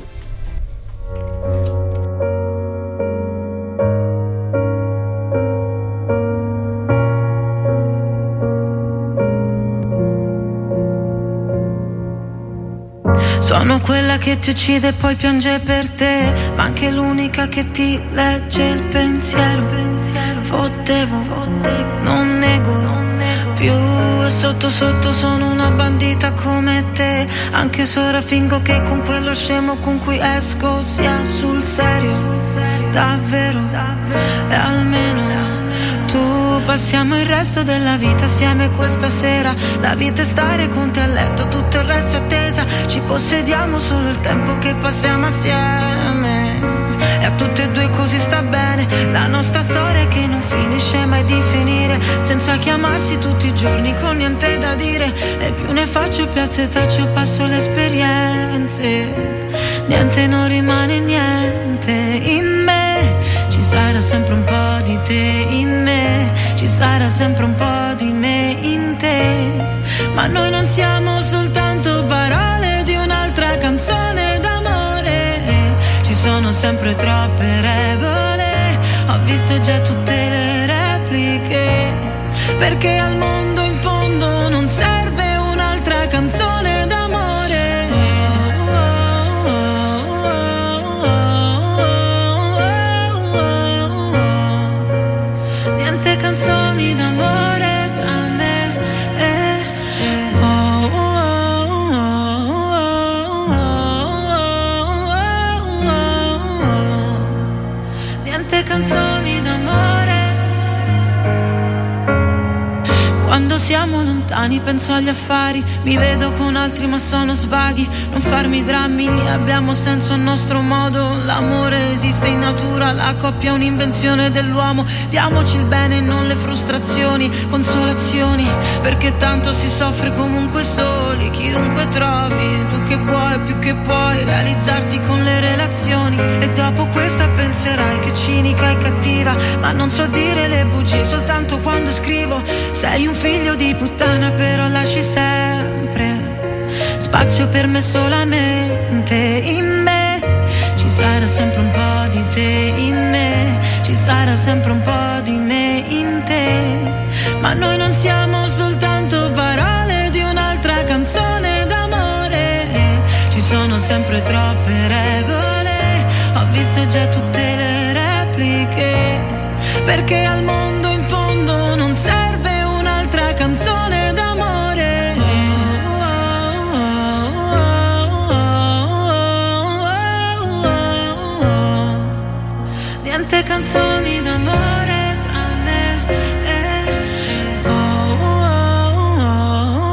Sono quella che ti uccide e poi piange per te, ma anche l'unica che ti legge il pensiero. Fottevo, non nego più, e sotto sotto sono una bandita come te, anche se ora fingo che con quello scemo con cui esco sia sul serio, davvero, e almeno tu passiamo il resto della vita assieme questa sera. La vita è stare con te a letto, tutto il resto è attesa. Ci possediamo solo il tempo che passiamo assieme, e a tutte e due così sta bene. La nostra storia che non finisce mai di finire, senza chiamarsi tutti i giorni con niente da dire. E più ne faccio più a setaccio passo le esperienze, niente non rimane niente in me. Ci sarà sempre un po' di te in me, ci sarà sempre un po' di me in te, ma noi non siamo soltanto parole di un'altra canzone d'amore. Ci sono sempre troppe regole, ho visto già tutte le repliche, perché al mondo in fondo non serve un'altra canzone d'amore. Niente canzoni d'amore tra me e niente canzoni d'amore. Quando siamo lontani penso agli affari, mi vedo con altri ma sono svaghi. Non farmi drammi, abbiamo senso a nostro modo. L'amore esiste in natura, la coppia è un'invenzione dell'uomo. Diamoci il bene e non le frustrazioni, consolazioni, perché tanto si soffre comunque soli. Chiunque trovi, tu che vuoi più che puoi realizzarti con le relazioni. E dopo questa penserai che cinica e cattiva, ma non so dire le bugie soltanto quando scrivo. Sei un figlio di puttana, però lasci sempre spazio per me solamente in me. Ci sarà sempre un po' di te in me, ci sarà sempre un po' di me in te, ma noi non siamo soltanto parole di un'altra canzone d'amore. Ci sono sempre troppe regole, ho visto già tutte le repliche, perché al mondo in fondo non serve un'altra canzone d'amore. Niente canzoni d'amore tra me e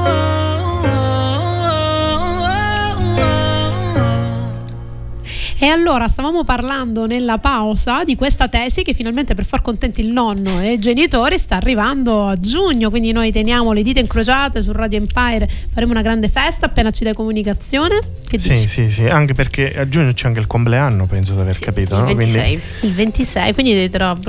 E allora stavamo parlando nella pausa di questa tesi che finalmente, per far contenti il nonno e i genitori, sta arrivando a giugno, quindi noi teniamo le dita incrociate su Radio Empire, faremo una grande festa appena ci dai comunicazione. Che dici? Sì, anche perché a giugno c'è anche il compleanno, penso di aver capito, il no? 26. Quindi... Il 26, quindi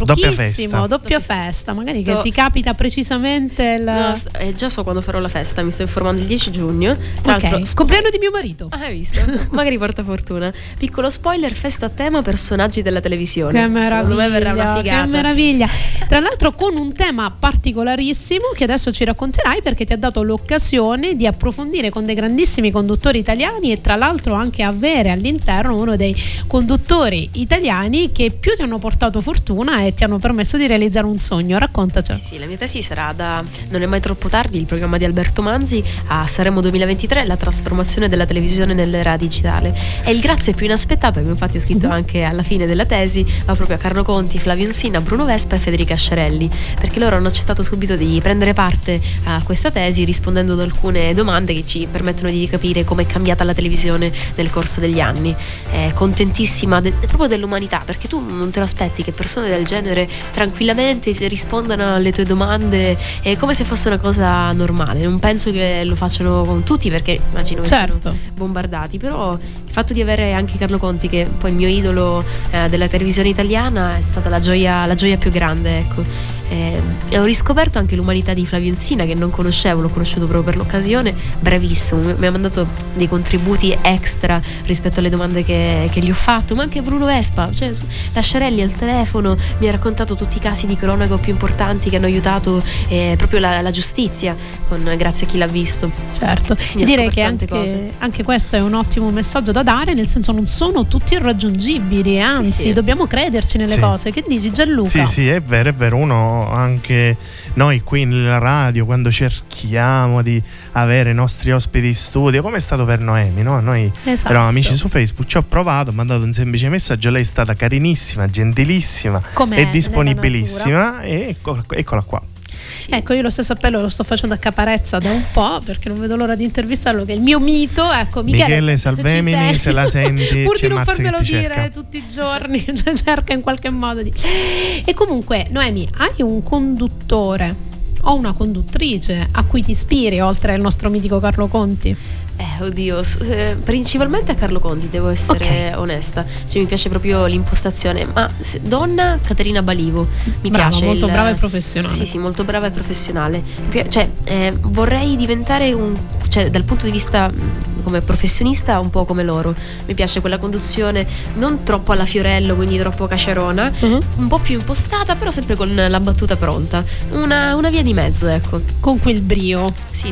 doppia festa, magari che ti capita precisamente No, già so quando farò la festa, mi sto informando il 10 giugno. Tra l'altro, compleanno di mio marito. Hai visto? Magari porta fortuna. Piccolo spoiler, festa a tema personaggi della televisione. Che meraviglia, secondo me verrà una figata. che meraviglia. Tra l'altro con un tema particolarissimo che adesso ci racconterai, perché ti ha dato l'occasione di approfondire con dei grandissimi conduttori italiani e tra l'altro anche avere all'interno uno dei conduttori italiani che più ti hanno portato fortuna e ti hanno permesso di realizzare un sogno. Raccontaci. Sì, la mia tesi sarà da Non è mai troppo tardi, il programma di Alberto Manzi, a Sanremo 2023, la trasformazione della televisione nell'era digitale. E il grazie più inaspettato, che infatti ho scritto anche alla fine della tesi, va proprio a Carlo Conti, Flavio Ensina, Bruno Vespa e Federica Sciarelli, perché loro hanno accettato subito di prendere parte a questa tesi rispondendo ad alcune domande che ci permettono di capire come è cambiata la televisione nel corso degli anni. Contentissima proprio dell'umanità, perché tu non te lo aspetti che persone del genere tranquillamente rispondano alle tue domande come se fosse una cosa normale. Non penso che lo facciano con tutti, perché immagino che siano bombardati, però il fatto di avere anche Carlo Conti, che poi il mio idolo della televisione italiana, è stata la gioia più grande, ecco. E ho riscoperto anche l'umanità di Flavio Ensina, che non conoscevo, l'ho conosciuto proprio per l'occasione. Bravissimo, mi ha mandato dei contributi extra rispetto alle domande che gli ho fatto, ma anche Bruno Vespa, cioè la Sciarelli al telefono mi ha raccontato tutti i casi di cronaca più importanti che hanno aiutato proprio la giustizia, grazie a chi l'ha visto. Certo, direi che anche questo è un ottimo messaggio da dare, nel senso non sono tutti irraggiungibili, anzi dobbiamo crederci nelle cose. Che dici, Gianluca? Sì, è vero, uno anche noi qui nella radio, quando cerchiamo di avere i nostri ospiti in studio, come è stato per Noemi, no? Noi eravamo amici su Facebook, ci ho provato, ho mandato un semplice messaggio, lei è stata carinissima, gentilissima e disponibilissima, e eccola qua. Ecco, io lo stesso appello lo sto facendo a Caparezza da un po', perché non vedo l'ora di intervistarlo, che è il mio mito. Ecco, Michele Salvemini, se la senti, pur di non farmelo dire cerca tutti i giorni, cioè cerca in qualche modo di... E comunque, Noemi, hai un conduttore o una conduttrice a cui ti ispiri, oltre al nostro mitico Carlo Conti? Oddio, principalmente a Carlo Conti, devo essere onesta. Cioè, mi piace proprio l'impostazione. Ma donna, Caterina Balivo, mi piace. Molto brava e professionale. Sì, molto brava e professionale. Cioè, vorrei diventare dal punto di vista come professionista, un po' come loro. Mi piace quella conduzione non troppo alla Fiorello, quindi troppo cacerona, un po' più impostata, però sempre con la battuta pronta. Una via di mezzo, ecco. Con quel brio. Sì.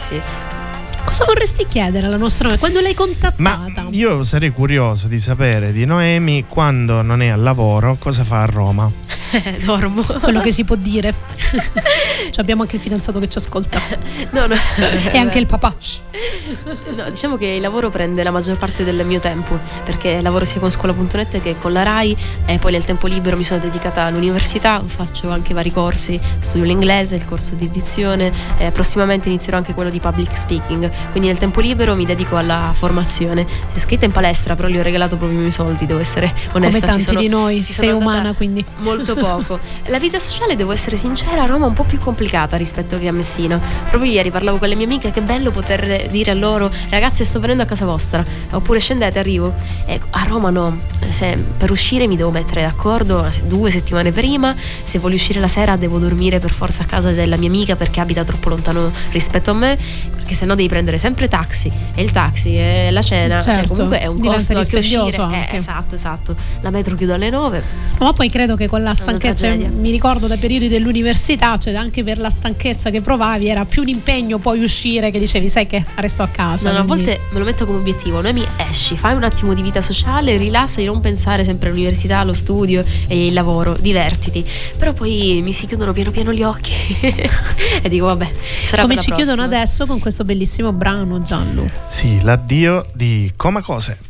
Cosa vorresti chiedere alla nostra Noemi quando l'hai contattata? Ma io sarei curioso di sapere di Noemi, quando non è al lavoro, cosa fa a Roma? Dormo. Quello che si può dire. Abbiamo anche il fidanzato che ci ascolta. No. E anche il papà. No, diciamo che il lavoro prende la maggior parte del mio tempo, perché lavoro sia con Scuola.net che con la Rai, e poi nel tempo libero mi sono dedicata all'università, faccio anche vari corsi, studio l'inglese, il corso di dizione, prossimamente inizierò anche quello di public speaking, quindi nel tempo libero mi dedico alla formazione. Sono iscritta in palestra, però gli ho regalato proprio i miei soldi, devo essere onesta. Come tanti di noi, sei umana, quindi molto poco. La vita sociale, devo essere sincera, a Roma è un po' più complicata rispetto che a Messina. Proprio ieri parlavo con le mie amiche, che bello poter dire a loro: ragazzi, sto venendo a casa vostra, oppure scendete, arrivo. E a Roma no, per uscire mi devo mettere d'accordo 2 settimane prima, se voglio uscire la sera devo dormire per forza a casa della mia amica perché abita troppo lontano rispetto a me, perché sennò devi prendere sempre taxi, e il taxi e la cena, certo, cioè comunque è un costo anche uscire. Anche. Esatto. La metro chiude alle 9. Ma poi credo che con la stanchezza, mi ricordo dai periodi dell'università, cioè anche per la stanchezza che provavi era più un impegno poi uscire, che dicevi sai che resto a casa. No, a volte me lo metto come obiettivo: Noemi, esci, fai un attimo di vita sociale, rilassa, di non pensare sempre all'università, allo studio e il lavoro, divertiti. Però poi mi si chiudono piano piano gli occhi e dico vabbè, sarà come per la ci prossima. Chiudono adesso con questo bellissimo brano, Gianlu. Sì, l'addio di Coma Cose.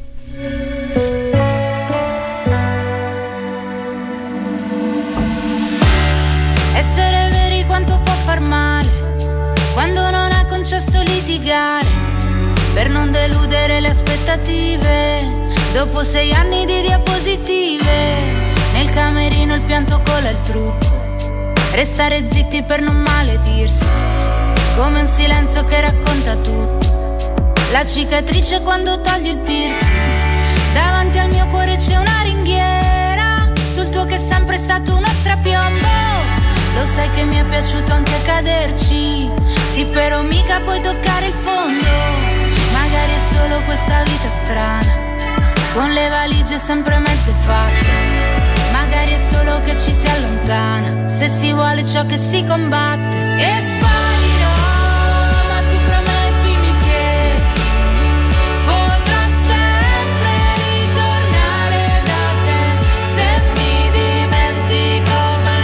Essere veri quanto può far male, quando non ha concesso litigare, per non deludere le aspettative Dopo 6 anni di diapositive, nel camerino il pianto cola il trucco. Restare zitti per non maledirsi, come un silenzio che racconta tutto. La cicatrice quando togli il piercing. Davanti al mio cuore c'è una ringhiera, sul tuo che è sempre stato uno strapiombo. Lo sai che mi è piaciuto anche caderci, sì però mica puoi toccare il fondo. Magari è solo questa vita strana, con le valigie sempre mezze fatte. Magari è solo che ci si allontana, se si vuole ciò che si combatte. E sparirò, ma tu promettimi che potrò sempre ritornare da te, se mi dimentico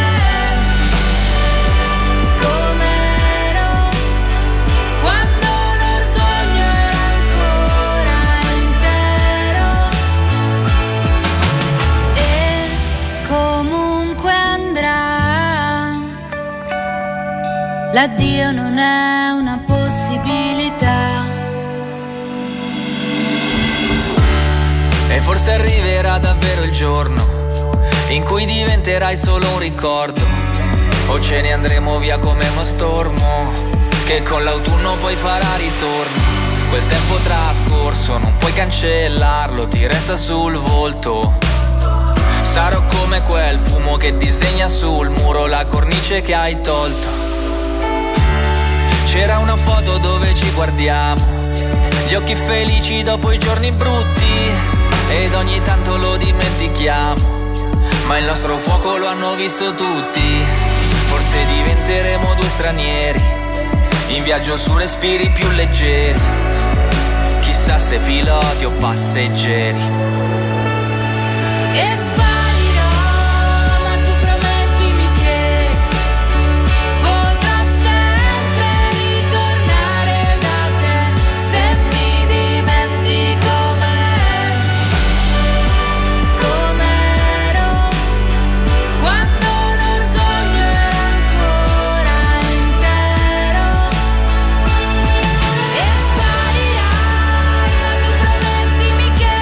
com'ero, quando l'orgoglio era ancora intero. E comunque andrà, l'addio non è una possibilità. E forse arriverà davvero il giorno in cui diventerai solo un ricordo, o ce ne andremo via come uno stormo che con l'autunno poi farà ritorno. Quel tempo trascorso non puoi cancellarlo, ti resta sul volto. Sarò come quel fumo che disegna sul muro la cornice che hai tolto. C'era una foto dove ci guardiamo, gli occhi felici dopo i giorni brutti, ed ogni tanto lo dimentichiamo, ma il nostro fuoco lo hanno visto tutti. Forse diventeremo due stranieri, in viaggio su respiri più leggeri, chissà se piloti o passeggeri. E sparirò, ma tu promettimi che potrò sempre ritornare da te, se mi dimentico com'ero, quando l'orgoglio era ancora intero. E sparirai, ma tu promettimi che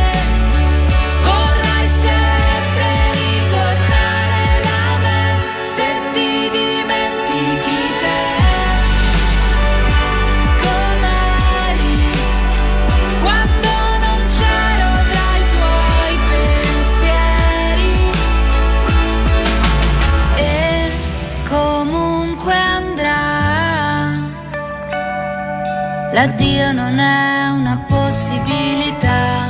vorrai sempre ritornare da me, se ti dimentichi te com'eri, quando non c'ero tra i tuoi pensieri. E comunque andrà, l'addio non è una possibilità.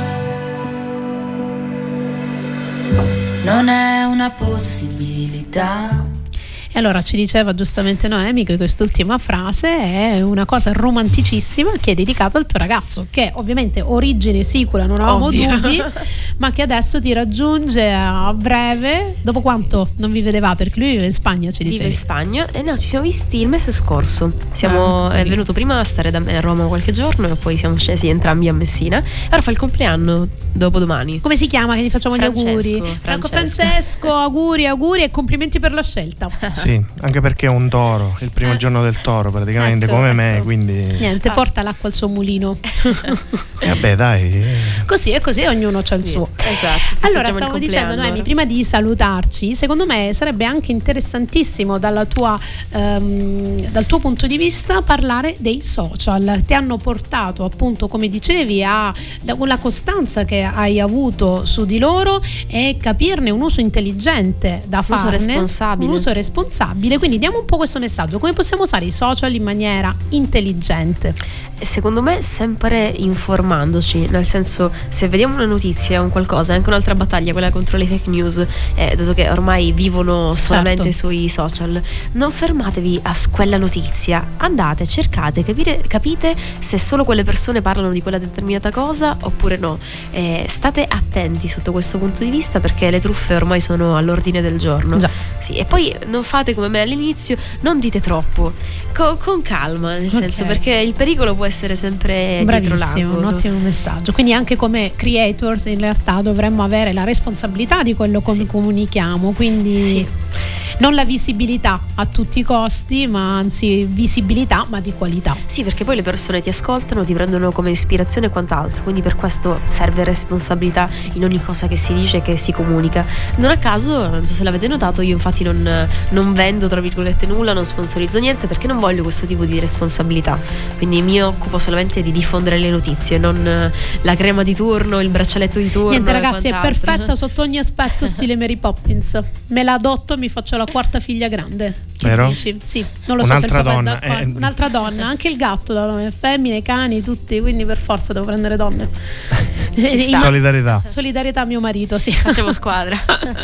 Non è una possibilità. E allora ci diceva giustamente Noemi che quest'ultima frase è una cosa romanticissima che è dedicata al tuo ragazzo, che ovviamente origine sicura, non avevamo dubbi, ma che adesso ti raggiunge a breve. Dopo quanto non vi vedevate? Perché lui vive in Spagna, ci dicevi. Vive in Spagna, e no, ci siamo visti il mese scorso. È venuto prima a stare da me a Roma qualche giorno e poi siamo scesi entrambi a Messina. Ora fa il compleanno dopodomani. Come si chiama che gli facciamo gli auguri? Franco Francesco, auguri e complimenti per la scelta. Sì, anche perché è un toro, il primo giorno del toro praticamente, ecco, come me, quindi niente, porta l'acqua al suo mulino. E vabbè, dai. Così è così, ognuno c'ha il suo. Esatto. Allora, stavo dicendo, Noemi, prima di salutarci, secondo me sarebbe anche interessantissimo dal tuo punto di vista parlare dei social. Ti hanno portato, appunto, come dicevi, alla costanza che hai avuto su di loro e capirne un uso intelligente da farne, un uso responsabile. Quindi diamo un po' questo messaggio: come possiamo usare i social in maniera intelligente? Secondo me sempre informandoci, nel senso, se vediamo una notizia o un qualcosa, anche un'altra battaglia, quella contro le fake news, dato che ormai vivono solamente sui social, non fermatevi a quella notizia, andate, cercate, capite se solo quelle persone parlano di quella determinata cosa oppure no. State attenti sotto questo punto di vista, perché le truffe ormai sono all'ordine del giorno. Sì, e poi non fate come me all'inizio, non dite troppo, con calma, nel senso, perché il pericolo può essere sempre dietro l'angolo. Un ottimo messaggio. Quindi anche come creators in realtà dovremmo avere la responsabilità di quello che comunichiamo, quindi Non la visibilità a tutti i costi, ma anzi visibilità, ma di qualità. Sì, perché poi le persone ti ascoltano, ti prendono come ispirazione e quant'altro, quindi per questo serve responsabilità in ogni cosa che si dice, che si comunica. Non a caso, non so se l'avete notato, io infatti non vendo tra virgolette nulla, non sponsorizzo niente, perché non voglio questo tipo di responsabilità, quindi mi occupo solamente di diffondere le notizie, non la crema di turno, il braccialetto di turno. Niente ragazzi, è perfetta sotto ogni aspetto, stile Mary Poppins. Me la adotto, mi faccio la quarta figlia grande. Che vero? Dici? Sì, non lo un'altra so se il donna, un'altra donna, anche il gatto, femmine, cani, tutti, quindi per forza devo prendere donne. Solidarietà mio marito, sì. Facciamo squadra.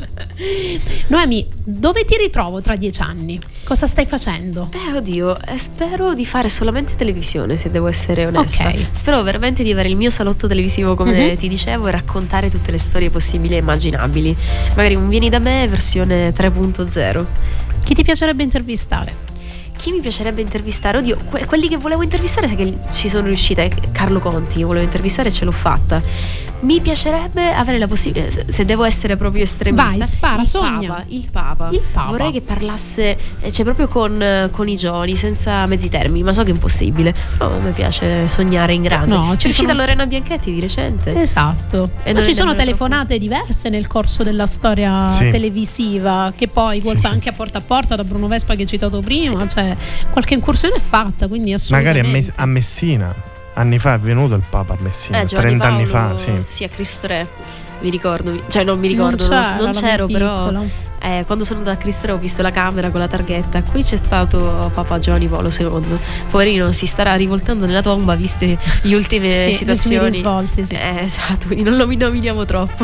Noemi, dove ti ritrovo tra 10 anni? Cosa stai facendo? Oddio, spero di fare solamente televisione, se devo essere onesta. Okay. Spero veramente di avere il mio salotto televisivo, come ti dicevo, e raccontare tutte le storie possibili e immaginabili. Magari un Vieni da me versione 3.0. Chi ti piacerebbe intervistare? Chi mi piacerebbe intervistare? Oddio, quelli che volevo intervistare, sai che ci sono riuscita. Carlo Conti, io volevo intervistare e ce l'ho fatta. Mi piacerebbe avere la possibilità, se devo essere proprio estremista, vai, spara, sogna. Il Papa. Vorrei che parlasse, proprio con i giovani, senza mezzi termini, ma so che è impossibile. Però mi piace sognare in grande. No, c'è riuscita Lorena Bianchetti di recente. Esatto. Ma ci sono telefonate diverse nel corso della storia televisiva, che poi anche a porta da Bruno Vespa che hai citato prima, cioè qualche incursione è fatta, quindi assolutamente. Magari a Messina. Anni fa è venuto il Papa a Messina, 30 anni fa, sì, a Cristo Re, mi ricordo, cioè non mi ricordo, non c'ero, però quando sono andata a Cristo Re ho visto la camera con la targhetta. Qui c'è stato Papa Giovanni Paolo II, poverino, si starà rivoltando nella tomba viste le ultime situazioni, risvolti, esatto, quindi non lo nominiamo troppo.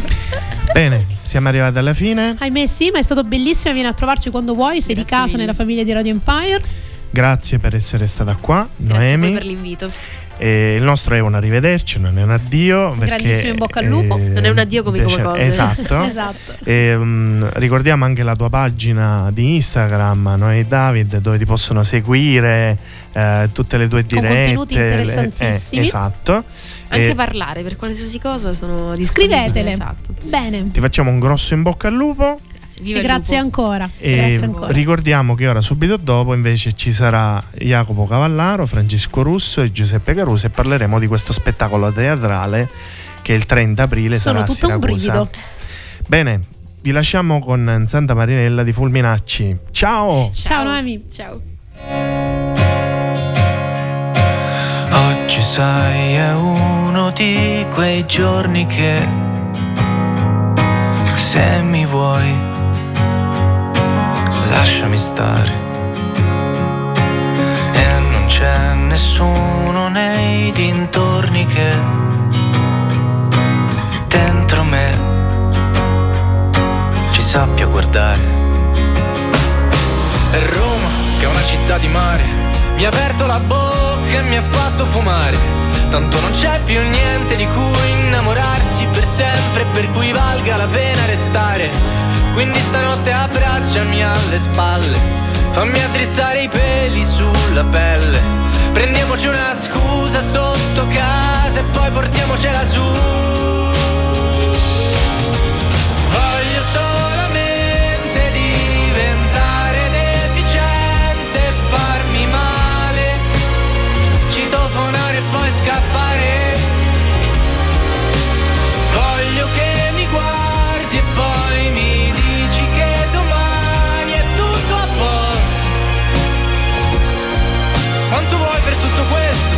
Bene, siamo arrivati alla fine. Ahimè sì, ma è stato bellissimo, vieni a trovarci quando vuoi, sei di casa nella famiglia di Radio Empire. Grazie per essere stata qua, Noemi. Grazie per l'invito. Il nostro è un arrivederci, non è un addio. Grandissimo in bocca al lupo. Non è un addio come cose. Esatto. Ricordiamo anche la tua pagina di Instagram, Noemi David, dove ti possono seguire tutte le tue dirette. Con contenuti interessantissimi. Esatto. Anche parlare per qualsiasi cosa sono disponibili. Scrivetele. Esatto. Bene. Ti facciamo un grosso in bocca al lupo. E grazie ancora. Ricordiamo che ora subito dopo invece ci sarà Jacopo Cavallaro, Francesco Russo e Giuseppe Caruso e parleremo di questo spettacolo teatrale che il 30 aprile sarà a Siracusa. Tutto un brivido. Bene, vi lasciamo con Santa Marinella di Fulminacci. Ciao Noemi. Ciao. Oggi sai è uno di quei giorni che se mi vuoi lasciami stare, e non c'è nessuno nei dintorni che dentro me ci sappia guardare. E Roma, che è una città di mare, mi ha aperto la bocca e mi ha fatto fumare. Tanto non c'è più niente di cui innamorarsi per sempre, per cui valga la pena restare. Quindi stanotte abbracciami alle spalle, fammi addrizzare i peli sulla pelle. Prendiamoci una scusa sotto casa e poi portiamocela su. Voglio solamente diventare deficiente e farmi male, citofonare e poi scappare. Voglio che mi guardi e poi mi dici che domani è tutto a posto. Quanto vuoi per tutto questo?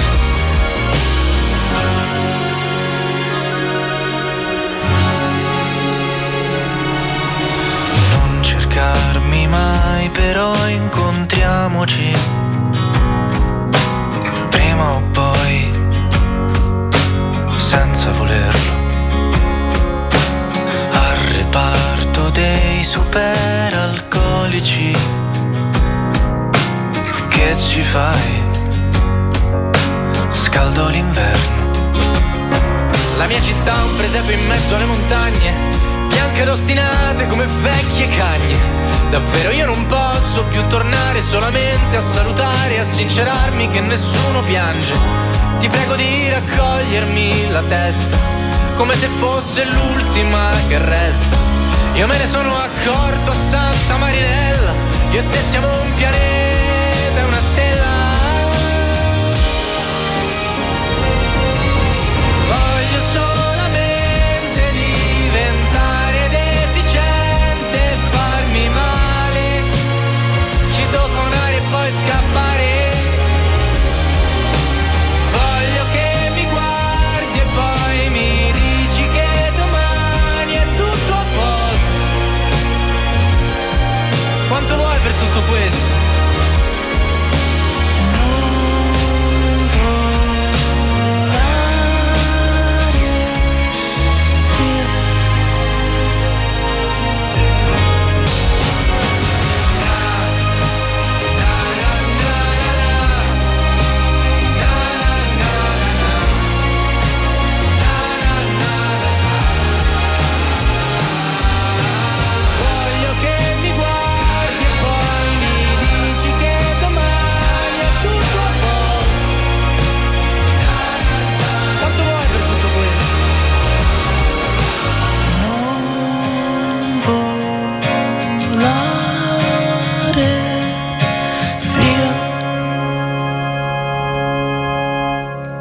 Non cercarmi mai, però incontriamoci prima o poi, senza volerlo. Al reparto dei superalcolici, che ci fai? Scaldo l'inverno. La mia città è un presepe in mezzo alle montagne, bianche ed ostinate come vecchie cagne. Davvero io non posso più tornare solamente a salutare e a sincerarmi che nessuno piange. Ti prego di raccogliermi la testa, come se fosse l'ultima che resta. Io me ne sono accorto a Santa Marinella, io e te siamo un pianeta